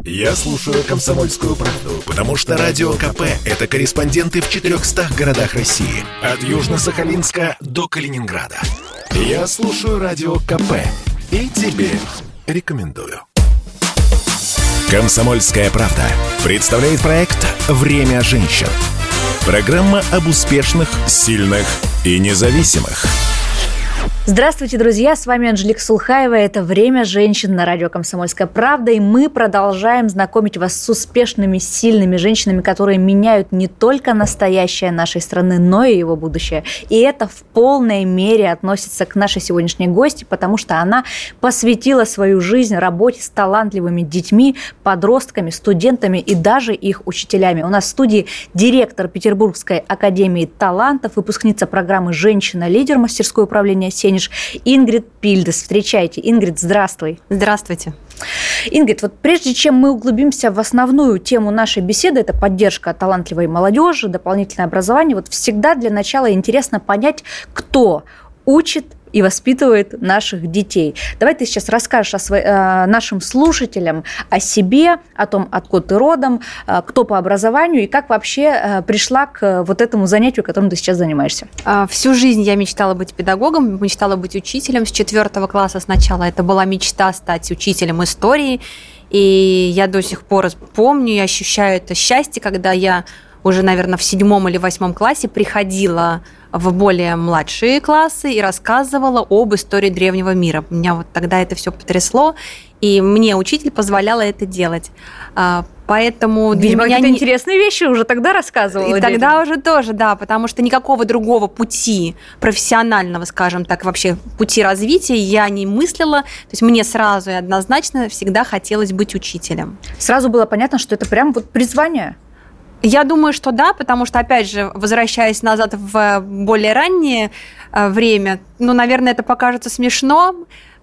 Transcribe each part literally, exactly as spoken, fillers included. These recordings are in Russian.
Я слушаю «Комсомольскую правду», потому что Радио КП – это корреспонденты в четырехстах городах России. От Южно-Сахалинска до Калининграда. Я слушаю Радио КП и тебе рекомендую. «Комсомольская правда» представляет проект «Время женщин». Программа об успешных, сильных и независимых. Здравствуйте, друзья! С вами Анжелика Сулхаева. Это «Время женщин» на радио «Комсомольская правда». И мы продолжаем знакомить вас с успешными, сильными женщинами, которые меняют не только настоящее нашей страны, но и его будущее. И это в полной мере относится к нашей сегодняшней гости, потому что она посвятила свою жизнь работе с талантливыми детьми, подростками, студентами и даже их учителями. У нас в студии директор Петербургской академии талантов, выпускница программы «Женщина-лидер», мастерское управление «Сенеж», Ингрид Пильдес. Встречайте. Ингрид, здравствуй. Здравствуйте. Ингрид, вот прежде чем мы углубимся в основную тему нашей беседы, это поддержка талантливой молодежи, дополнительное образование, вот всегда для начала интересно понять, кто учит и воспитывает наших детей. Давай ты сейчас расскажешь о свои, э, нашим слушателям о себе, о том, откуда ты родом, э, кто по образованию и как вообще э, пришла к вот этому занятию, которым ты сейчас занимаешься. Всю жизнь я мечтала быть педагогом, мечтала быть учителем. С четвертого класса сначала это была мечта стать учителем истории. И я до сих пор помню и ощущаю это счастье, когда я уже, наверное, в седьмом или восьмом классе приходила в более младшие классы и рассказывала об истории древнего мира. Меня вот тогда это все потрясло, и мне учитель позволяла это делать. Поэтому для Видимо, меня какие-то не... интересные вещи уже тогда рассказывала. И детям. тогда уже тоже, да, потому что никакого другого пути профессионального, скажем так, вообще пути развития я не мыслила. То есть мне сразу и однозначно всегда хотелось быть учителем. Сразу было понятно, что это прям вот призвание. Я думаю, что да, потому что, опять же, возвращаясь назад в более раннее время, ну, наверное, это покажется смешно,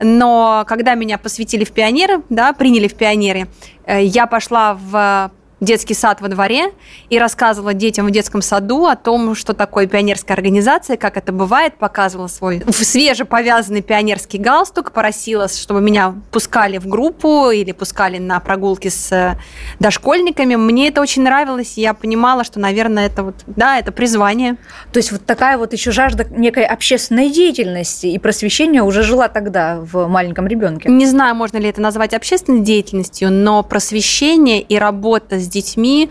но когда меня посвятили в пионеры, да, приняли в пионеры, я пошла в детский сад во дворе и рассказывала детям в детском саду о том, что такое пионерская организация, как это бывает, показывала свой свежеповязанный пионерский галстук, просила, чтобы меня пускали в группу или пускали на прогулки с дошкольниками. Мне это очень нравилось, и я понимала, что, наверное, это вот, да, это призвание. То есть вот такая вот еще жажда некой общественной деятельности и просвещения уже жила тогда в маленьком ребенке. Не знаю, можно ли это назвать общественной деятельностью, но просвещение и работа с детьми,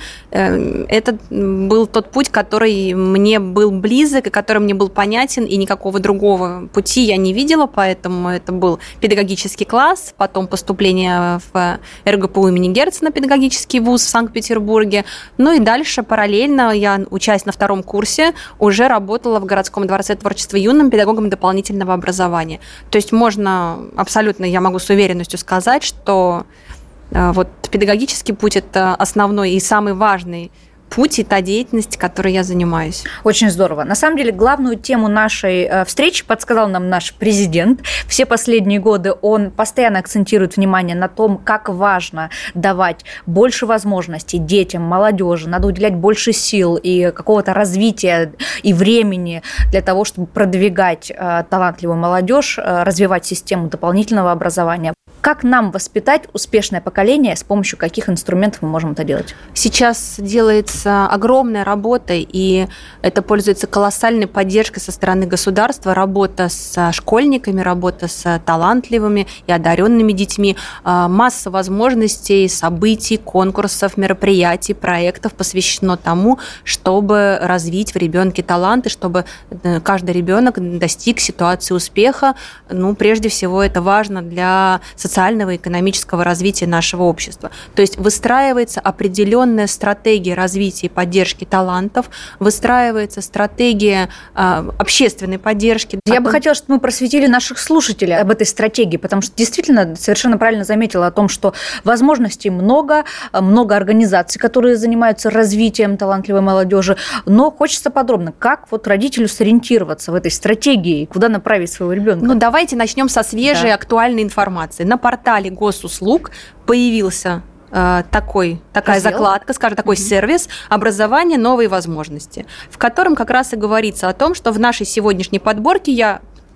это был тот путь, который мне был близок и который мне был понятен, и никакого другого пути я не видела, поэтому это был педагогический класс, потом поступление в эр гэ пэ у имени Герцена, педагогический вуз в Санкт-Петербурге, ну и дальше параллельно я, учась на втором курсе, уже работала в городском дворце творчества юным педагогом дополнительного образования. То есть можно абсолютно, я могу с уверенностью сказать, что вот педагогический путь – это основной и самый важный путь и та деятельность, которой я занимаюсь. Очень здорово. На самом деле, главную тему нашей встречи подсказал нам наш президент. Все последние годы он постоянно акцентирует внимание на том, как важно давать больше возможностей детям, молодежи. Надо уделять больше сил и какого-то развития и времени для того, чтобы продвигать талантливую молодежь, развивать систему дополнительного образования. Как нам воспитать успешное поколение, с помощью каких инструментов мы можем это делать? Сейчас делается огромная работа, и это пользуется колоссальной поддержкой со стороны государства. Работа с школьниками, работа с талантливыми и одаренными детьми. Масса возможностей, событий, конкурсов, мероприятий, проектов посвящено тому, чтобы развить в ребенке таланты, чтобы каждый ребенок достиг ситуации успеха. Ну, прежде всего, это важно для социального и экономического развития нашего общества. То есть выстраивается определенная стратегия развития и поддержки талантов, выстраивается стратегия э, общественной поддержки. Я бы хотела, чтобы мы просветили наших слушателей об этой стратегии, потому что действительно совершенно правильно заметила о том, что возможностей много, много организаций, которые занимаются развитием талантливой молодежи, но хочется подробно, как вот родителю сориентироваться в этой стратегии, куда направить своего ребенка. Ну, давайте начнем со свежей, да. актуальной информации. На портале госуслуг появился э, такой, такая Раздел. закладка, скажем, такой mm-hmm. сервис «Образование. Новые возможности», в котором как раз и говорится о том, что в нашей сегодняшней подборке я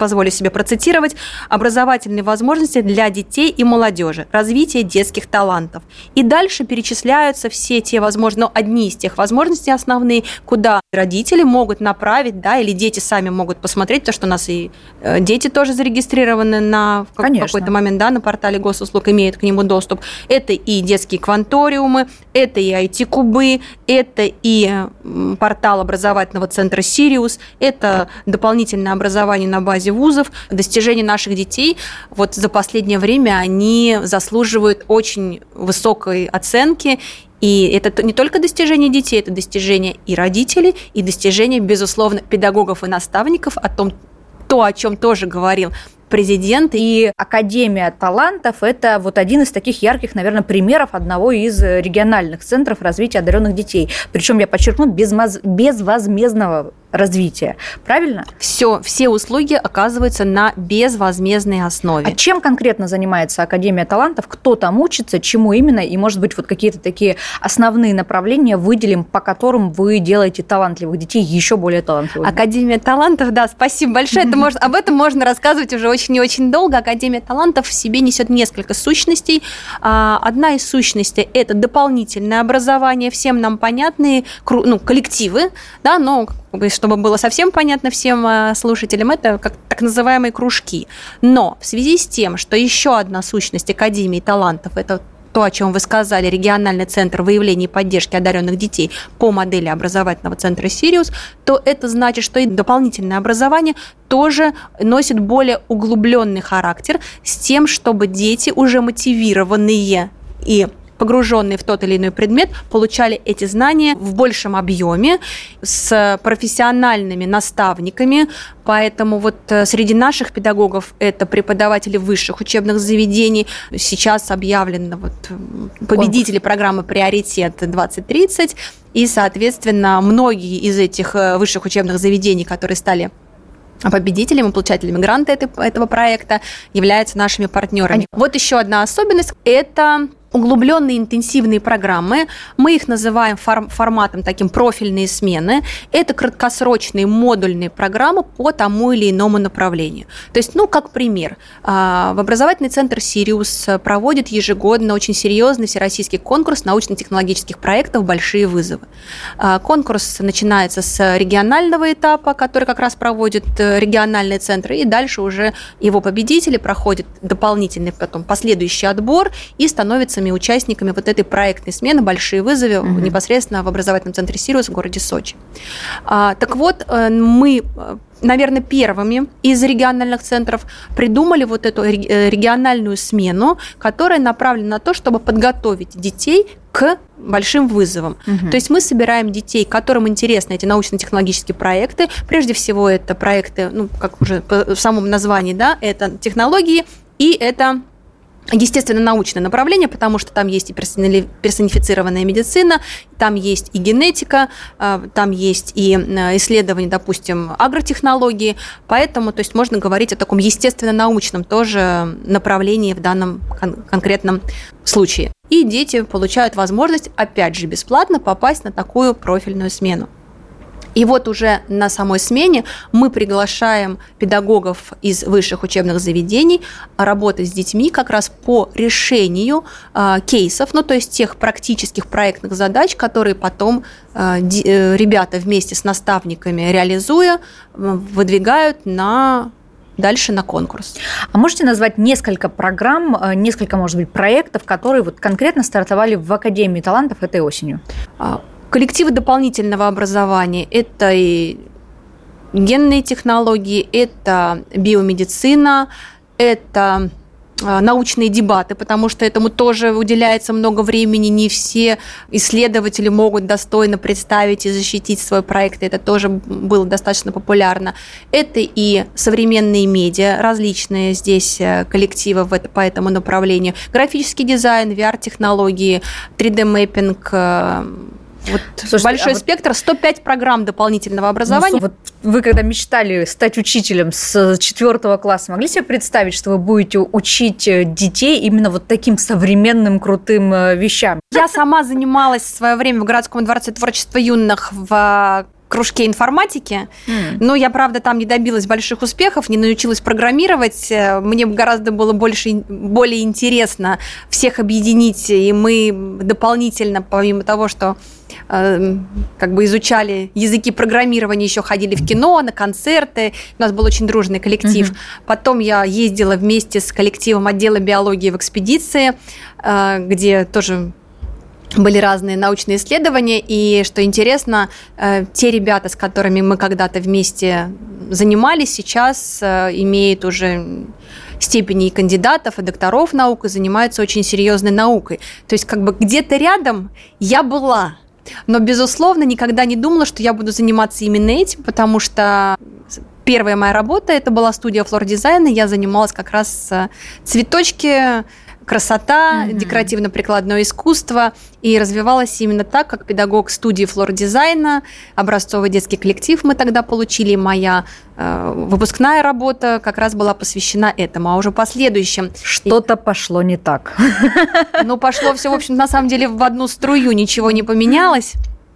позволю себе процитировать, образовательные возможности для детей и молодежи, развитие детских талантов. И дальше перечисляются все те возможности, но одни из тех возможностей основные, куда родители могут направить, да, или дети сами могут посмотреть, потому что у нас и дети тоже зарегистрированы на в какой-то момент, да, на портале госуслуг, имеют к нему доступ. Это и детские кванториумы, это и ай ти-кубы, это и портал образовательного центра «Сириус», это дополнительное образование на базе вузов. Достижения наших детей вот за последнее время, они заслуживают очень высокой оценки. И это не только достижение детей, это достижение и родителей, и достижение, безусловно, педагогов и наставников, о том, то, о чем тоже говорил президент. И Академия талантов – это вот один из таких ярких, наверное, примеров одного из региональных центров развития одаренных детей. Причем, я подчеркну, безмаз... безвозмездного развития. Правильно? Все, все услуги оказываются на безвозмездной основе. А чем конкретно занимается Академия талантов? Кто там учится, чему именно? И, может быть, вот какие-то такие основные направления выделим, по которым вы делаете талантливых детей еще более талантливыми? Академия талантов, да, спасибо большое. Это можно, об этом можно рассказывать уже очень и очень долго. Академия талантов в себе несет несколько сущностей. Одна из сущностей – это дополнительное образование, всем нам понятные, ну, коллективы, да, но чтобы было совсем понятно всем слушателям, это как так называемые кружки. Но в связи с тем, что еще одна сущность Академии талантов – это то, о чем вы сказали, региональный центр выявления и поддержки одаренных детей по модели образовательного центра «Сириус», то это значит, что и дополнительное образование тоже носит более углубленный характер с тем, чтобы дети, уже мотивированные и погруженные в тот или иной предмет, получали эти знания в большем объеме с профессиональными наставниками. Поэтому вот среди наших педагогов это преподаватели высших учебных заведений. Сейчас объявлены вот победители программы «Приоритет двадцать тридцать». И, соответственно, многие из этих высших учебных заведений, которые стали победителями, получателями гранта этого проекта, являются нашими партнерами. Вот еще одна особенность – это углубленные интенсивные программы. Мы их называем форм- форматом таким профильные смены. Это краткосрочные модульные программы по тому или иному направлению. То есть, ну, как пример, в образовательный центр «Сириус» проводит ежегодно очень серьезный всероссийский конкурс научно-технологических проектов «Большие вызовы». Конкурс начинается с регионального этапа, который как раз проводит региональные центры, и дальше уже его победители проходят дополнительный потом последующий отбор и становятся участниками вот этой проектной смены «Большие вызовы» угу. непосредственно в образовательном центре «Сириус» в городе Сочи. А, так вот, мы, наверное, первыми из региональных центров придумали вот эту региональную смену, которая направлена на то, чтобы подготовить детей к большим вызовам. Угу. То есть мы собираем детей, которым интересны эти научно-технологические проекты. Прежде всего, это проекты, ну, как уже в самом названии, да, это технологии и это естественно-научное направление, потому что там есть и персонифицированная медицина, там есть и генетика, там есть и исследования, допустим, агротехнологии, поэтому, то есть, можно говорить о таком естественно-научном тоже направлении в данном кон- конкретном случае. И дети получают возможность, опять же, бесплатно попасть на такую профильную смену. И вот уже на самой смене мы приглашаем педагогов из высших учебных заведений работать с детьми как раз по решению э, кейсов, ну то есть тех практических проектных задач, которые потом э, ди, ребята вместе с наставниками реализуя, выдвигают на дальше на конкурс. А можете назвать несколько программ, несколько, может быть, проектов, которые вот конкретно стартовали в Академии талантов этой осенью? Коллективы дополнительного образования – это и генные технологии, это биомедицина, это научные дебаты, потому что этому тоже уделяется много времени, не все исследователи могут достойно представить и защитить свой проект, это тоже было достаточно популярно. Это и современные медиа, различные здесь коллективы по этому направлению, графический дизайн, ви ар-технологии, три дэ-мэппинг. Вот Слушайте, большой а спектр, вот сто пять программ дополнительного образования. Ну, вот вы когда мечтали стать учителем с четвертого класса, могли себе представить, что вы будете учить детей именно вот таким современным крутым вещам? Я сама занималась в свое время в городском дворце творчества юных в кружке информатики, mm. но я, правда, там не добилась больших успехов, не научилась программировать. Мне гораздо было больше, более интересно всех объединить, и мы дополнительно, помимо того, что э, как бы изучали языки программирования, еще ходили в кино, на концерты. У нас был очень дружный коллектив. Mm-hmm. Потом я ездила вместе с коллективом отдела биологии в экспедиции, э, где тоже были разные научные исследования, и, что интересно, те ребята, с которыми мы когда-то вместе занимались, сейчас имеют уже степени и кандидатов, и докторов наук, и занимаются очень серьезной наукой. То есть как бы где-то рядом я была, но, безусловно, никогда не думала, что я буду заниматься именно этим, потому что первая моя работа – это была студия флор-дизайна, я занималась как раз цветочки, красота, mm-hmm. декоративно-прикладное искусство, и развивалась именно так, как педагог студии флор-дизайна, образцовый детский коллектив мы тогда получили, моя э, выпускная работа как раз была посвящена этому, а уже в последующем... Что-то пошло не так. Ну, пошло все, в общем, на самом деле в одну струю, ничего не поменялось,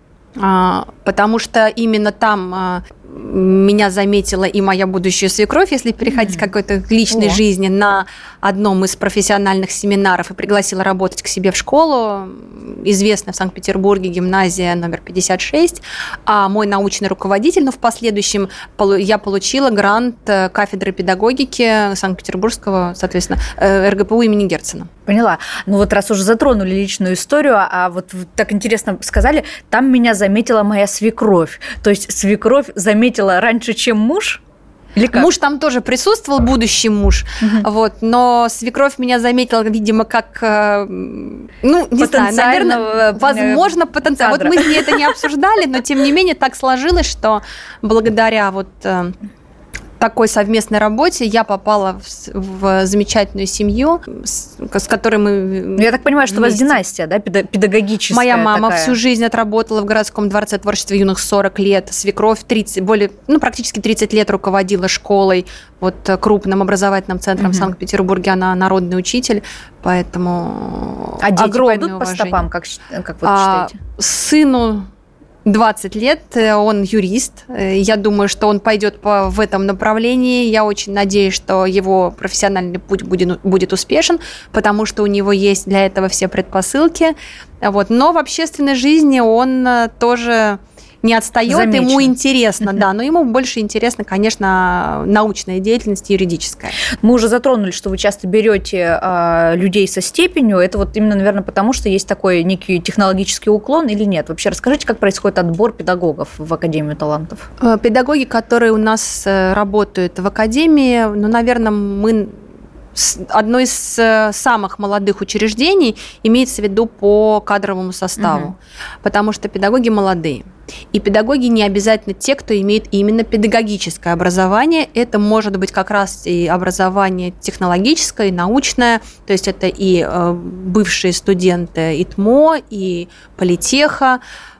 потому что именно там меня заметила и моя будущая свекровь, если переходить mm-hmm. к какой-то личной О. жизни, на одном из профессиональных семинаров и пригласила работать к себе в школу, известная в Санкт-Петербурге гимназия номер пятьдесят шесть, а мой научный руководитель, ну, в последующем я получила грант кафедры педагогики Санкт-Петербургского, соответственно, эр гэ пэ у имени Герцена. Поняла. Ну вот раз уже затронули личную историю, а вот так интересно сказали, там меня заметила моя свекровь. То есть свекровь заметила раньше, чем муж? Или как? Муж там тоже присутствовал, будущий муж, угу. вот, но свекровь меня заметила, видимо, как, ну, не знаю, наверное, возможно, потенциально. Вот мы с ней это не обсуждали, но тем не менее так сложилось, что благодаря вот такой совместной работе я попала в, в замечательную семью, с, с которой мы... Я так понимаю, что вместе. У вас династия, да, педагогическая. Моя мама такая. Всю жизнь отработала в городском дворце творчества юных сорок лет, свекровь тридцать, более, ну, практически тридцать лет руководила школой, вот крупным образовательным центром угу. в Санкт-Петербурге, она народный учитель, поэтому а дети огромное пойдут уважение. По стопам, как, как вы а, считаете? Сыну двадцать лет, он юрист. Я думаю, что он пойдет по, в этом направлении. Я очень надеюсь, что его профессиональный путь будет, будет успешен, потому что у него есть для этого все предпосылки. Вот. Но в общественной жизни он тоже не отстает, Замечен. Ему интересно, да, но ему больше интересно, конечно, научная деятельность, юридическая. Мы уже затронули, что вы часто берете э, людей со степенью. Это вот именно, наверное, потому что есть такой некий технологический уклон или нет? Вообще расскажите, как происходит отбор педагогов в Академию талантов? Педагоги, которые у нас работают в Академии, ну, наверное, мы... одно из самых молодых учреждений, имеется в виду по кадровому составу, угу. потому что педагоги молодые. И педагоги не обязательно те, кто имеет именно педагогическое образование. Это может быть как раз и образование технологическое, и научное, то есть это и бывшие студенты ИТМО, и политеха.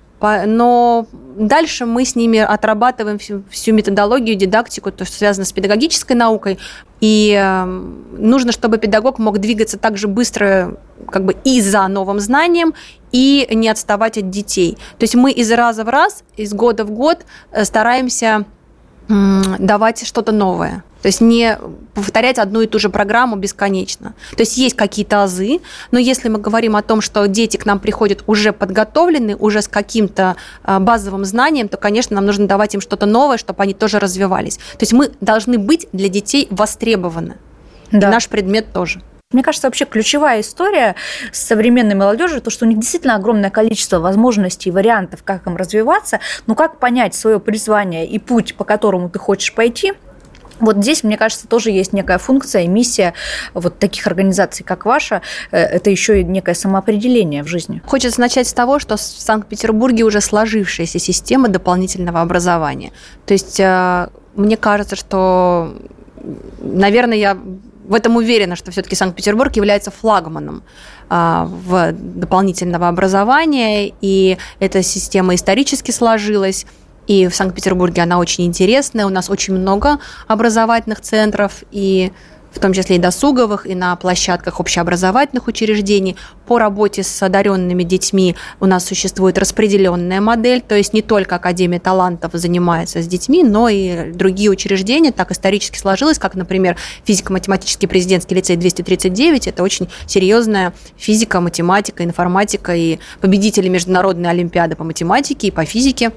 Но дальше мы с ними отрабатываем всю, всю методологию, дидактику, то, что связано с педагогической наукой. И нужно, чтобы педагог мог двигаться так же быстро, как бы и за новым знанием, и не отставать от детей. То есть мы из раза в раз, из года в год стараемся давать что-то новое. То есть не повторять одну и ту же программу бесконечно. То есть есть какие-то азы, но если мы говорим о том, что дети к нам приходят уже подготовлены, уже с каким-то базовым знанием, то, конечно, нам нужно давать им что-то новое, чтобы они тоже развивались. То есть мы должны быть для детей востребованы. Да. И наш предмет тоже. Мне кажется, вообще ключевая история с современной молодежью, то, что у них действительно огромное количество возможностей и вариантов, как им развиваться, но как понять свое призвание и путь, по которому ты хочешь пойти. Вот здесь, мне кажется, тоже есть некая функция и миссия вот таких организаций, как ваша. Это еще и некое самоопределение в жизни. Хочется начать с того, что в Санкт-Петербурге уже сложившаяся система дополнительного образования. То есть мне кажется, что, наверное, я в этом уверена, что все-таки Санкт-Петербург является флагманом в дополнительного образования, и эта система исторически сложилась. И в Санкт-Петербурге она очень интересная. У нас очень много образовательных центров. И в том числе и досуговых, и на площадках общеобразовательных учреждений. По работе с одаренными детьми у нас существует распределенная модель, то есть не только Академия талантов занимается с детьми, но и другие учреждения. Так исторически сложилось, как, например, физико-математический президентский лицей двести тридцать девять. Это очень серьезная физика, математика, информатика и победители международной олимпиады по математике и по физике.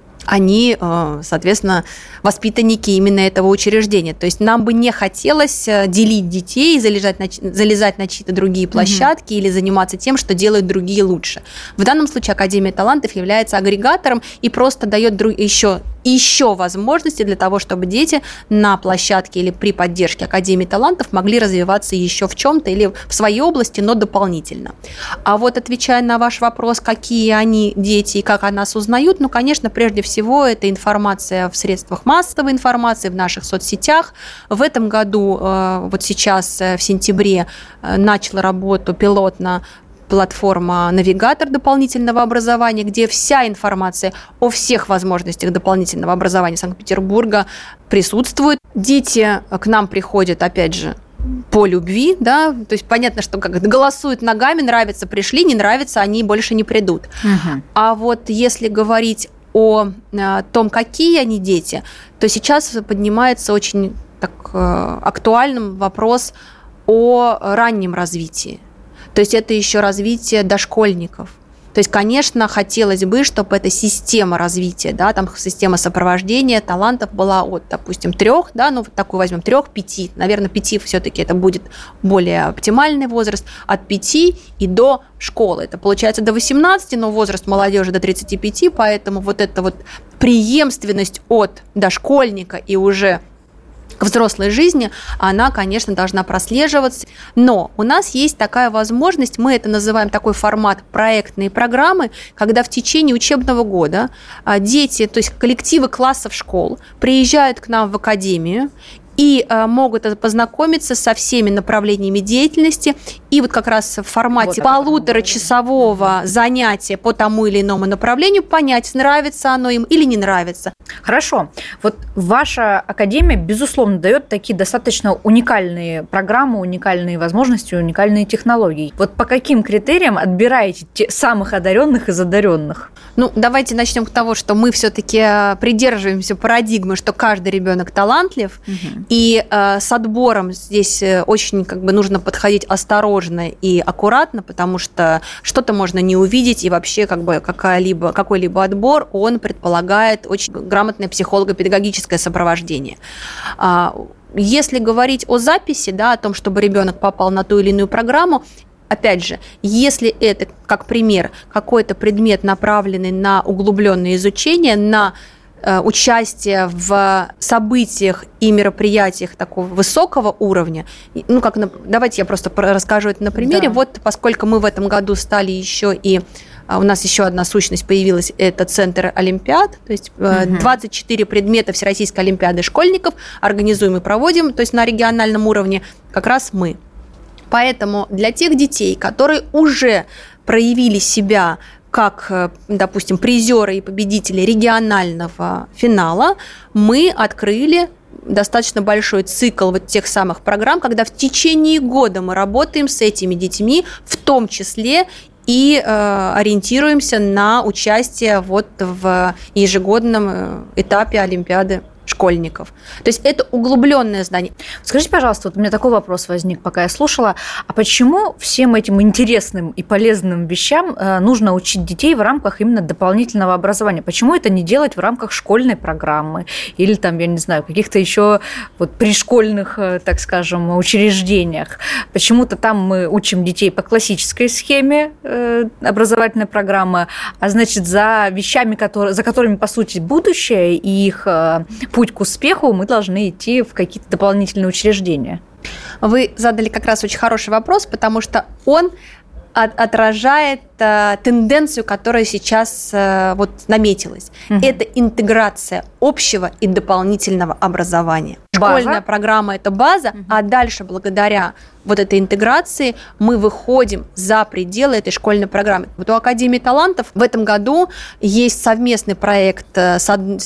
Они, соответственно, воспитанники именно этого учреждения. То есть нам бы не хотелось делить детей, залезать на, залезать на чьи-то другие площадки угу. или заниматься тем, что делают другие лучше. В данном случае Академия талантов является агрегатором и просто дает друг, еще, еще возможности для того, чтобы дети на площадке или при поддержке Академии талантов могли развиваться еще в чем-то или в своей области, но дополнительно. А вот отвечая на ваш вопрос, какие они дети и как о нас узнают, ну, конечно, прежде всего, всего это информация в средствах массовой информации, в наших соцсетях. В этом году, вот сейчас, в сентябре, начала работу пилотно платформа «Навигатор дополнительного образования», где вся информация о всех возможностях дополнительного образования Санкт-Петербурга присутствует. Дети к нам приходят, опять же, по любви, да, то есть понятно, что как голосуют ногами, нравится, пришли, не нравится, они больше не придут. Угу. А вот если говорить о том, какие они дети, то сейчас поднимается очень так, актуальным вопрос о раннем развитии. То есть это еще развитие дошкольников. То есть, конечно, хотелось бы, чтобы эта система развития, да, там система сопровождения талантов была от, допустим, трех, да, ну, такую возьмем, трех, пяти, наверное, пяти все-таки это будет более оптимальный возраст, от пяти и до школы. Это получается до восемнадцати, но возраст молодежи до тридцати пяти, поэтому вот эта вот преемственность от дошкольника и уже к взрослой жизни, она, конечно, должна прослеживаться. Но у нас есть такая возможность, мы это называем такой формат проектные программы, когда в течение учебного года дети, то есть коллективы классов школ приезжают к нам в академию и могут познакомиться со всеми направлениями деятельности. И вот как раз в формате вот полуторачасового занятия по тому или иному направлению понять, нравится оно им или не нравится. Хорошо. Вот ваша академия, безусловно, дает такие достаточно уникальные программы, уникальные возможности, уникальные технологии. Вот по каким критериям отбираете те самых одаренных из одаренных? Ну, давайте начнем с того, что мы все-таки придерживаемся парадигмы, что каждый ребенок талантлив, угу. и э, с отбором здесь очень как бы нужно подходить осторожно и аккуратно, потому что что-то можно не увидеть, и вообще как бы какая-либо, какой-либо отбор, он предполагает очень грамотное психолого-педагогическое сопровождение. Если говорить о записи, да, о том, чтобы ребенок попал на ту или иную программу, опять же, если это, как пример, какой-то предмет, направленный на углубленное изучение, на участие в событиях и мероприятиях такого высокого уровня. Ну, как, давайте я просто расскажу это на примере. Да. Вот, поскольку мы в этом году стали еще и у нас еще одна сущность появилась, это Центр Олимпиад, то есть угу. двадцать четыре предмета Всероссийской Олимпиады школьников организуем и проводим, то есть на региональном уровне как раз мы. Поэтому для тех детей, которые уже проявили себя как, допустим, призеры и победители регионального финала, мы открыли достаточно большой цикл вот тех самых программ, когда в течение года мы работаем с этими детьми, в том числе и э, ориентируемся на участие вот в ежегодном этапе Олимпиады школьников. То есть это углубленное знание. Скажите, пожалуйста, вот у меня такой вопрос возник, пока я слушала. А почему всем этим интересным и полезным вещам нужно учить детей в рамках именно дополнительного образования? Почему это не делать в рамках школьной программы или там, я не знаю, каких-то еще вот пришкольных, так скажем, учреждениях? Почему-то там мы учим детей по классической схеме образовательной программы, а значит, за вещами, которые, за которыми, по сути, будущее и их путь к успеху, мы должны идти в какие-то дополнительные учреждения. Вы задали как раз очень хороший вопрос, потому что он отражает э, тенденцию, которая сейчас э, вот наметилась. Угу. Это интеграция общего и дополнительного образования. База. Школьная программа – это база, угу. а дальше, благодаря вот этой интеграции, мы выходим за пределы этой школьной программы. Вот у Академии талантов в этом году есть совместный проект с,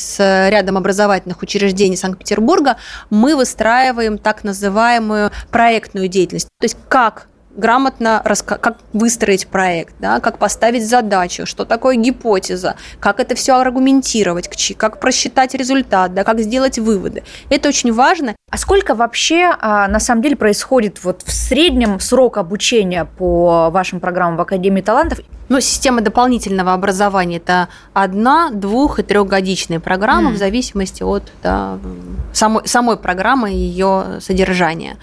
с рядом образовательных учреждений Санкт-Петербурга. Мы выстраиваем так называемую проектную деятельность. То есть как грамотно раска- как выстроить проект, да, как поставить задачу, что такое гипотеза, как это все аргументировать, как просчитать результат, да, как сделать выводы. Это очень важно. А сколько вообще на самом деле происходит вот в среднем срок обучения по вашим программам в Академии талантов? Ну, система дополнительного образования – это одна-, двух- и трехгодичные программы mm. в зависимости от да, самой, самой программы и ее содержания.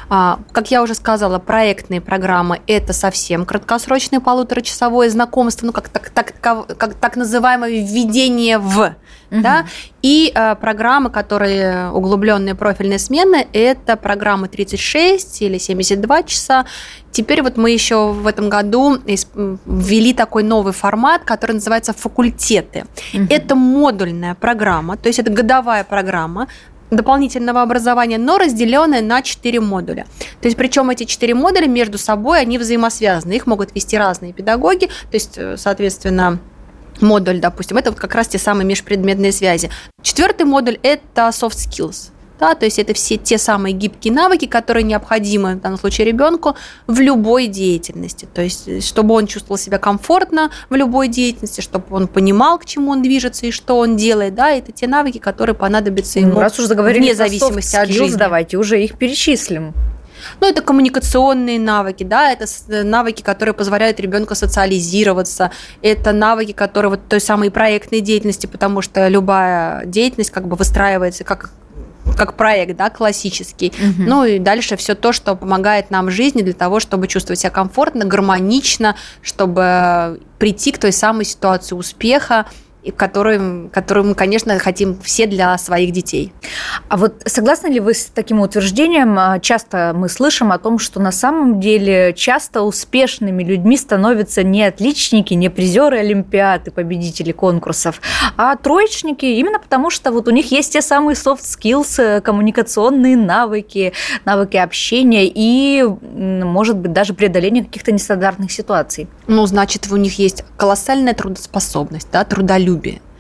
Как я уже сказала, проектные программы – это совсем краткосрочное полуторачасовое знакомство, ну, как так, так, как так называемое введение в. Угу. Да? И а, программы, которые углубленные профильные смены, это программы тридцать шесть или семьдесят два часа. Теперь вот мы еще в этом году ввели такой новый формат, который называется «факультеты». Угу. Это модульная программа, то есть это годовая программа дополнительного образования, но разделенная на четыре модуля. То есть, причем эти четыре модуля между собой, они взаимосвязаны. Их могут вести разные педагоги. То есть, соответственно, модуль, допустим, это вот как раз те самые межпредметные связи. Четвертый модуль – это soft skills. Да, то есть это все те самые гибкие навыки, которые необходимы в данном случае ребенку в любой деятельности. То есть чтобы он чувствовал себя комфортно в любой деятельности, чтобы он понимал, к чему он движется и что он делает. Да, это те навыки, которые понадобятся ему, ну, раз уж заговорили вне зависимости от жизни. Давайте уже их перечислим. Ну, это коммуникационные навыки, да, это навыки, которые позволяют ребенку социализироваться, это навыки, которые вот той самой проектной деятельности, потому что любая деятельность как бы выстраивается как как проект, да, классический. Угу. Ну и дальше все то, что помогает нам в жизни для того, чтобы чувствовать себя комфортно, гармонично, чтобы прийти к той самой ситуации успеха, которую, которую мы, конечно, хотим все для своих детей. А вот согласны ли вы с таким утверждением? Часто мы слышим о том, что на самом деле часто успешными людьми становятся не отличники, не призеры олимпиад и победители конкурсов, а троечники, именно потому что вот у них есть те самые soft skills, коммуникационные навыки, навыки общения и, может быть, даже преодоление каких-то нестандартных ситуаций. Ну, значит, у них есть колоссальная трудоспособность, да, трудолюбие.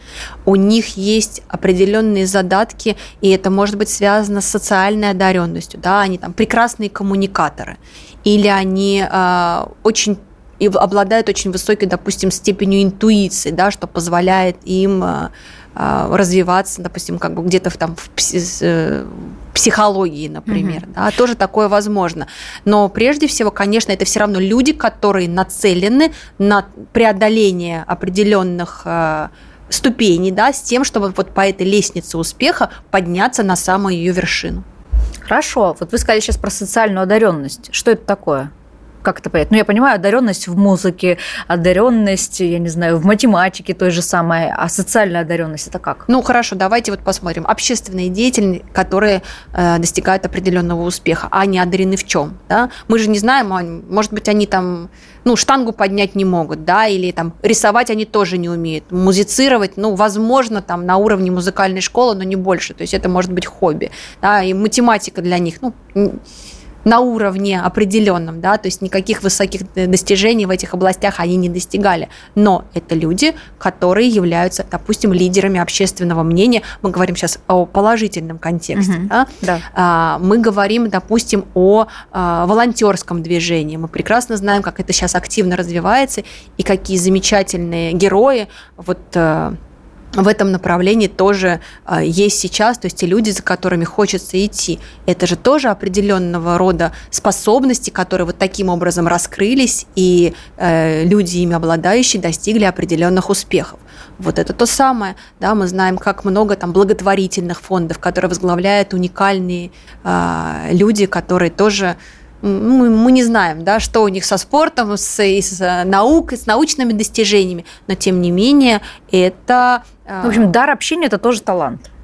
У них есть определенные задатки, и это может быть связано с социальной одаренностью. Да? Они там прекрасные коммуникаторы, или они э, очень и обладают очень высокой, допустим, степенью интуиции, да, что позволяет им э, развиваться, допустим, как бы где-то в, там, в психологии, например. Mm-hmm. Да, тоже такое возможно. Но прежде всего, конечно, это все равно люди, которые нацелены на преодоление определенных э, ступеней, да, с тем, чтобы вот по этой лестнице успеха подняться на самую ее вершину. Хорошо. Вот вы сказали сейчас про социальную одаренность. Что это такое? Как это понять? Ну, я понимаю, одаренность в музыке, одаренность, я не знаю, в математике той же самой, а социальная одаренность это как? Ну, хорошо, давайте вот посмотрим. Общественные деятели, которые э, достигают определенного успеха, а они одарены в чем? Да? Мы же не знаем, может быть, они там, ну, штангу поднять не могут, да, или там рисовать они тоже не умеют, музицировать, ну, возможно, там на уровне музыкальной школы, но не больше, то есть это может быть хобби, да, и математика для них, ну, на уровне определенном, да, то есть никаких высоких достижений в этих областях они не достигали. Но это люди, которые являются, допустим, лидерами общественного мнения. Мы говорим сейчас о положительном контексте. Угу, да? Да. Мы говорим, допустим, о волонтерском движении. Мы прекрасно знаем, как это сейчас активно развивается и какие замечательные герои вот в этом направлении тоже э, есть сейчас, то есть те люди, за которыми хочется идти. Это же тоже определенного рода способности, которые вот таким образом раскрылись, и э, люди, ими обладающие, достигли определенных успехов. Вот это то самое. Да, мы знаем, как много там благотворительных фондов, которые возглавляют уникальные э, люди, которые тоже... Мы, мы не знаем, да, что у них со спортом, с, с наукой, с научными достижениями, но тем не менее это... В общем, дар общения – это тоже талант.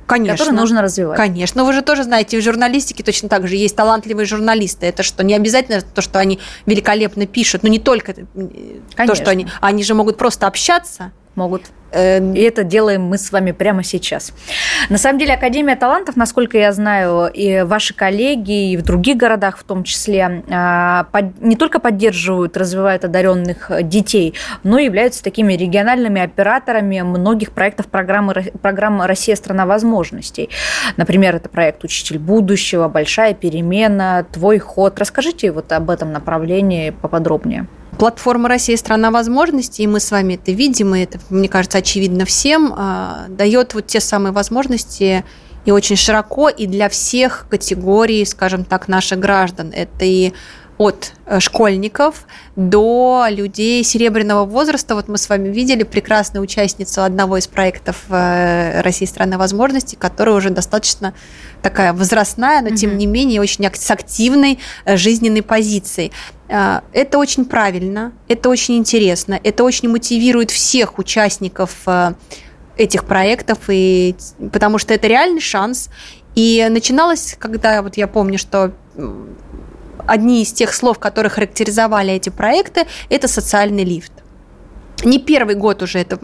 Конечно. Которые нужно развивать. Конечно. Вы же тоже знаете, в журналистике точно так же есть талантливые журналисты. Это что, не обязательно то, что они великолепно пишут, но не только Конечно. то, что они... Они же могут просто общаться. Могут. И это делаем мы с вами прямо сейчас. На самом деле Академия талантов, насколько я знаю, и ваши коллеги, и в других городах в том числе, не только поддерживают, развивают одаренных детей, но и являются такими региональными операторами многих проектов программы, программы «Россия – страна возможностей». Например, это проект «Учитель будущего», «Большая перемена», «Твой ход». Расскажите вот об этом направлении поподробнее. Платформа «Россия – страна возможностей», и мы с вами это видим, и это, мне кажется, очевидно всем, дает вот те самые возможности и очень широко, и для всех категорий, скажем так, наших граждан. Это и от школьников до людей серебряного возраста. Вот мы с вами видели прекрасную участницу одного из проектов «Россия – страна возможностей», которая уже достаточно такая возрастная, но, тем не менее, очень с активной жизненной позицией. Это очень правильно, это очень интересно, это очень мотивирует всех участников этих проектов, и, потому что это реальный шанс. И начиналось, когда, вот я помню, что одни из тех слов, которые характеризовали эти проекты, это социальный лифт. Не первый год уже это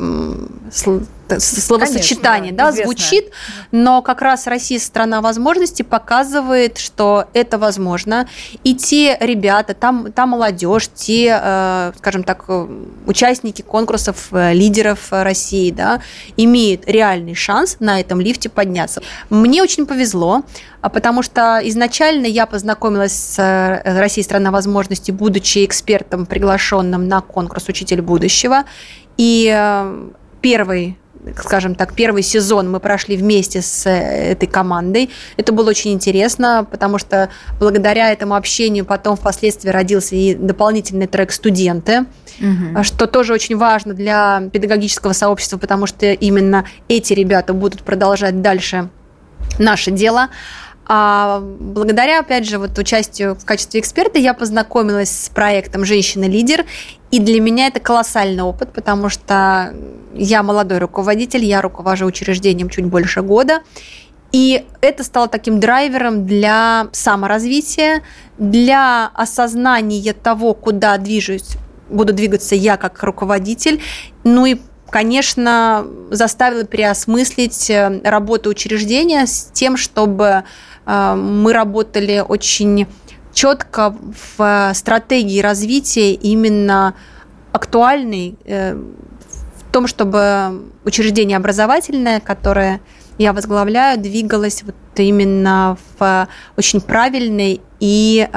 словосочетание, Конечно, да, звучит, но как раз «Россия – страна возможностей» показывает, что это возможно. И те ребята, там, та молодежь, те, скажем так, участники конкурсов лидеров России, да, имеют реальный шанс на этом лифте подняться. Мне очень повезло, потому что изначально я познакомилась с «Россией – страна возможностей», будучи экспертом, приглашенным на конкурс «Учитель будущего». И первый, скажем так, первый сезон мы прошли вместе с этой командой. Это было очень интересно, потому что благодаря этому общению потом впоследствии родился и дополнительный трек «Студенты», угу. что тоже очень важно для педагогического сообщества, потому что именно эти ребята будут продолжать дальше наше дело. А благодаря, опять же, вот участию в качестве эксперта я познакомилась с проектом «Женщина-лидер», и для меня это колоссальный опыт, потому что я молодой руководитель, я руковожу учреждением чуть больше года, и это стало таким драйвером для саморазвития, для осознания того, куда движусь, буду двигаться я как руководитель, ну и конечно, заставило переосмыслить работу учреждения с тем, чтобы мы работали очень четко в стратегии развития именно актуальной, в том, чтобы учреждение образовательное, которое я возглавляю, двигалось вот именно в очень правильной и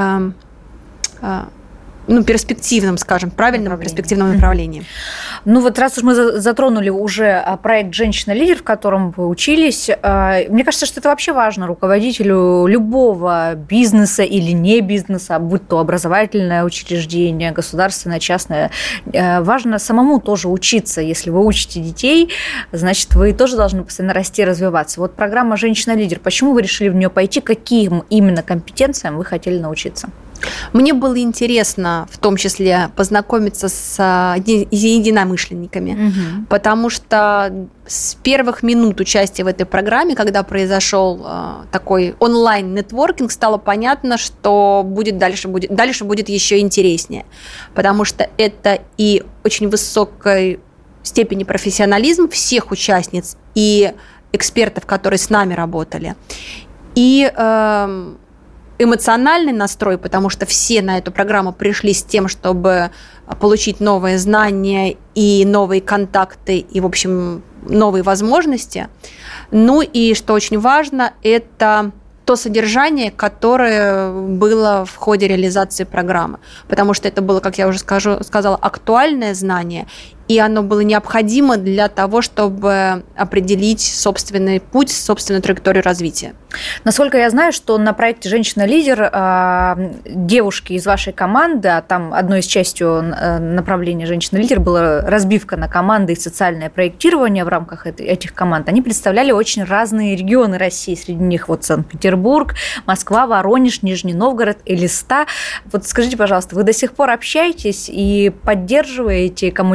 ну, перспективном, скажем, правильном перспективном направлении. Ну вот раз уж мы затронули уже проект «Женщина-лидер», в котором вы учились, мне кажется, что это вообще важно руководителю любого бизнеса или не бизнеса, будь то образовательное учреждение, государственное, частное. Важно самому тоже учиться. Если вы учите детей, значит, вы тоже должны постоянно расти и развиваться. Вот программа «Женщина-лидер», почему вы решили в нее пойти, каким именно компетенциям вы хотели научиться? Мне было интересно, в том числе, познакомиться с единомышленниками, угу. потому что с первых минут участия в этой программе, когда произошел такой онлайн-нетворкинг, стало понятно, что будет дальше, будет, дальше будет еще интереснее, потому что это и очень высокой степени профессионализм всех участниц и экспертов, которые с нами работали, и э, эмоциональный настрой, потому что все на эту программу пришли с тем, чтобы получить новые знания и новые контакты, и, в общем, новые возможности. Ну и, что очень важно, это то содержание, которое было в ходе реализации программы. Потому что это было, как я уже скажу, сказала, актуальное знание, и оно было необходимо для того, чтобы определить собственный путь, собственную траекторию развития. Насколько я знаю, что на проекте «Женщина-лидер» девушки из вашей команды, а там одной из частью направления «Женщина-лидер» была разбивка на команды и социальное проектирование в рамках этих команд, они представляли очень разные регионы России. Среди них вот Санкт-Петербург, Москва, Воронеж, Нижний Новгород, Элиста. Вот скажите, пожалуйста, вы до сих пор общаетесь и поддерживаете коммуникацию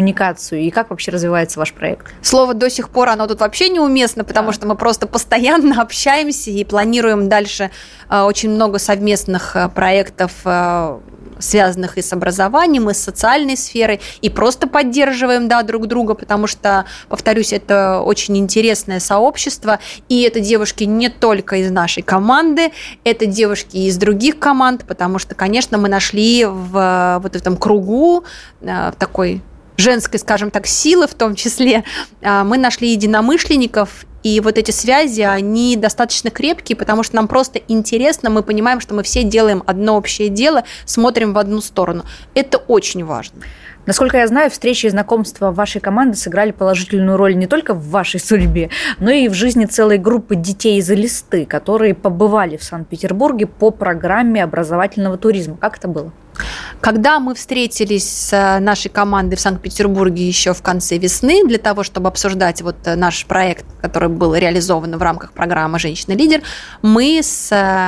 мотивацию? И как вообще развивается ваш проект? Слово «до сих пор» оно тут вообще неуместно, потому да. что мы просто постоянно общаемся и планируем дальше очень много совместных проектов, связанных и с образованием, и с социальной сферой, и просто поддерживаем, да, друг друга, потому что, повторюсь, это очень интересное сообщество, и это девушки не только из нашей команды, это девушки из других команд, потому что, конечно, мы нашли в вот этом кругу в такой женской, скажем так, силы в том числе, мы нашли единомышленников, и вот эти связи, они достаточно крепкие, потому что нам просто интересно, мы понимаем, что мы все делаем одно общее дело, смотрим в одну сторону. Это очень важно. Насколько я знаю, встречи и знакомства вашей команды сыграли положительную роль не только в вашей судьбе, но и в жизни целой группы детей из Элисты, которые побывали в Санкт-Петербурге по программе образовательного туризма. Как это было? Когда мы встретились с нашей командой в Санкт-Петербурге еще в конце весны для того, чтобы обсуждать вот наш проект, который был реализован в рамках программы «Женщина-лидер», мы с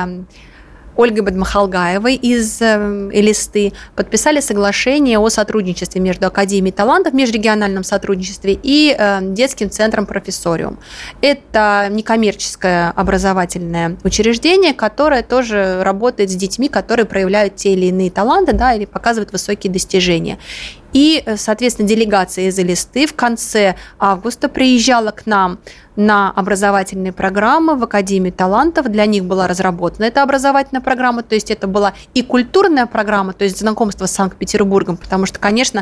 Ольгой Бадмахалгаевой из Элисты подписали соглашение о сотрудничестве между Академией талантов, межрегиональном сотрудничестве и детским центром «Профессориум». Это некоммерческое образовательное учреждение, которое тоже работает с детьми, которые проявляют те или иные таланты, да, или показывают высокие достижения. И, соответственно, делегация из Элисты в конце августа приезжала к нам на образовательные программы в Академию талантов. Для них была разработана эта образовательная программа, то есть это была и культурная программа, то есть знакомство с Санкт-Петербургом, потому что, конечно,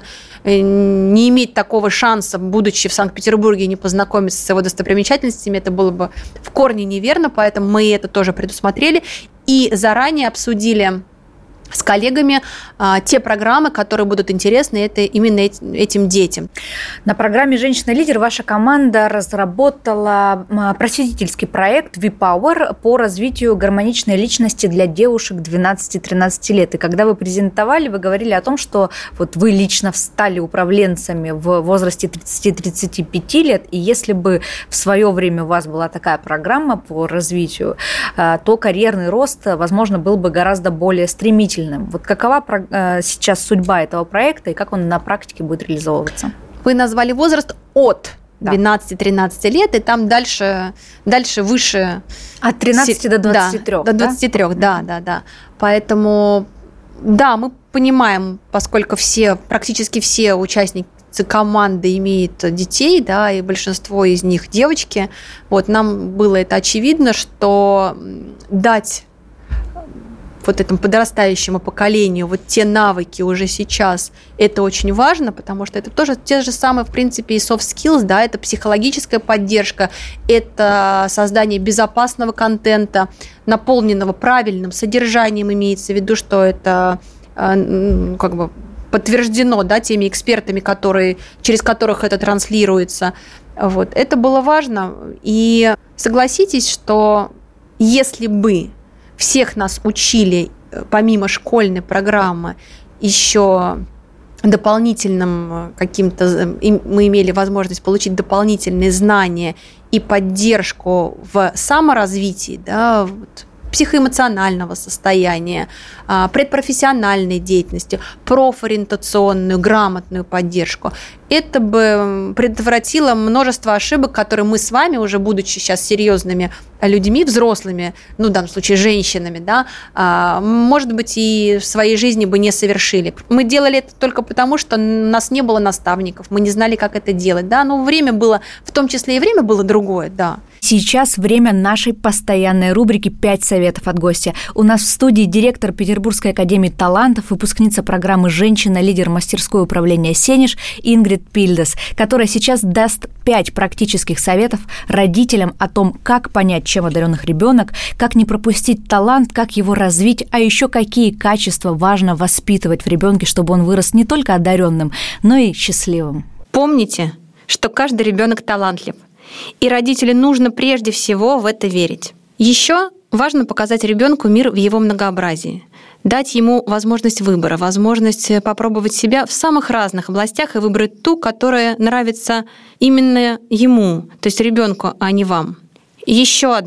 не иметь такого шанса, будучи в Санкт-Петербурге, не познакомиться с его достопримечательностями, это было бы в корне неверно, поэтому мы это тоже предусмотрели и заранее обсудили с коллегами а, те программы, которые будут интересны это, именно этим детям. На программе «Женщина-лидер» ваша команда разработала просветительский проект V-Power по развитию гармоничной личности для девушек двенадцати-тринадцати лет. И когда вы презентовали, вы говорили о том, что вот вы лично стали управленцами в возрасте тридцати-тридцати пяти лет, и если бы в свое время у вас была такая программа по развитию, то карьерный рост, возможно, был бы гораздо более стремительным. Вот какова сейчас судьба этого проекта и как он на практике будет реализовываться? Вы назвали возраст от двенадцати-тринадцати лет, и там дальше, дальше выше... От тринадцати до двадцати трёх, да? До двадцати трёх, да, да, да. Поэтому, да, мы понимаем, поскольку все, практически все участники команды имеет детей, да, и большинство из них девочки, вот нам было это очевидно, что дать вот этому подрастающему поколению вот те навыки уже сейчас, это очень важно, потому что это тоже те же самые, в принципе, и soft skills, да, это психологическая поддержка, это создание безопасного контента, наполненного правильным содержанием, имеется в виду, что это как бы подтверждено, да, теми экспертами, которые, через которых это транслируется. Вот. Это было важно. И согласитесь, что если бы всех нас учили, помимо школьной программы, еще дополнительным каким-то... Мы имели возможность получить дополнительные знания и поддержку в саморазвитии, да, вот, психоэмоционального состояния, предпрофессиональной деятельности, профориентационную, грамотную поддержку. Это бы предотвратило множество ошибок, которые мы с вами, уже будучи сейчас серьезными людьми, взрослыми, ну, в данном случае женщинами, да, может быть, и в своей жизни бы не совершили. Мы делали это только потому, что у нас не было наставников, мы не знали, как это делать, да, но время было, в том числе и время было другое, да. Сейчас время нашей постоянной рубрики «Пять советов от гостя». У нас в студии директор Петербургской академии талантов, выпускница программы «Женщина-лидер» мастерской управления «Сенеж» Ингрид Пильдес, которая сейчас даст пять практических советов родителям о том, как понять, чем одарен их ребенок, как не пропустить талант, как его развить, а еще какие качества важно воспитывать в ребенке, чтобы он вырос не только одаренным, но и счастливым. Помните, что каждый ребенок талантлив. И родителям нужно прежде всего в это верить. Еще важно показать ребенку мир в его многообразии, дать ему возможность выбора, возможность попробовать себя в самых разных областях и выбрать ту, которая нравится именно ему, то есть ребенку, а не вам. Еще одно.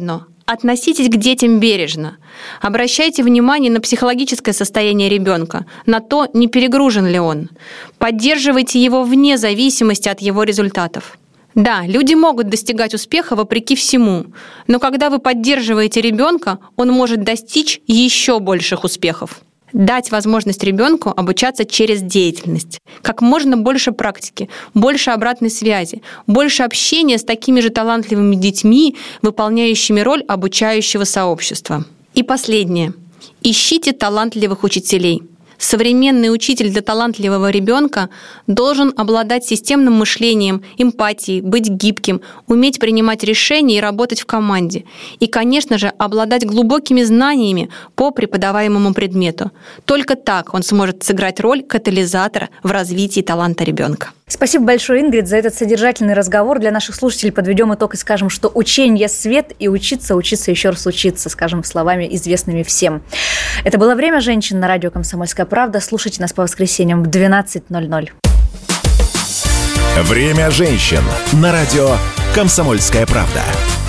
Относитесь к детям бережно. Обращайте внимание на психологическое состояние ребенка, на то, не перегружен ли он. Поддерживайте его вне зависимости от его результатов. Да, люди могут достигать успеха вопреки всему, но когда вы поддерживаете ребенка, он может достичь еще больших успехов. Дать возможность ребенку обучаться через деятельность. Как можно больше практики, больше обратной связи, больше общения с такими же талантливыми детьми, выполняющими роль обучающего сообщества. И последнее. Ищите талантливых учителей. Современный учитель для талантливого ребенка должен обладать системным мышлением, эмпатией, быть гибким, уметь принимать решения и работать в команде. И, конечно же, обладать глубокими знаниями по преподаваемому предмету. Только так он сможет сыграть роль катализатора в развитии таланта ребенка. Спасибо большое, Ингрид, за этот содержательный разговор. Для наших слушателей подведем итог и скажем, что учение – свет, и учиться, учиться, еще раз учиться, скажем словами, известными всем. Это было «Время женщин» на радио «Комсомольская правда». Слушайте нас по воскресеньям в двенадцать ноль ноль. «Время женщин» на радио «Комсомольская правда».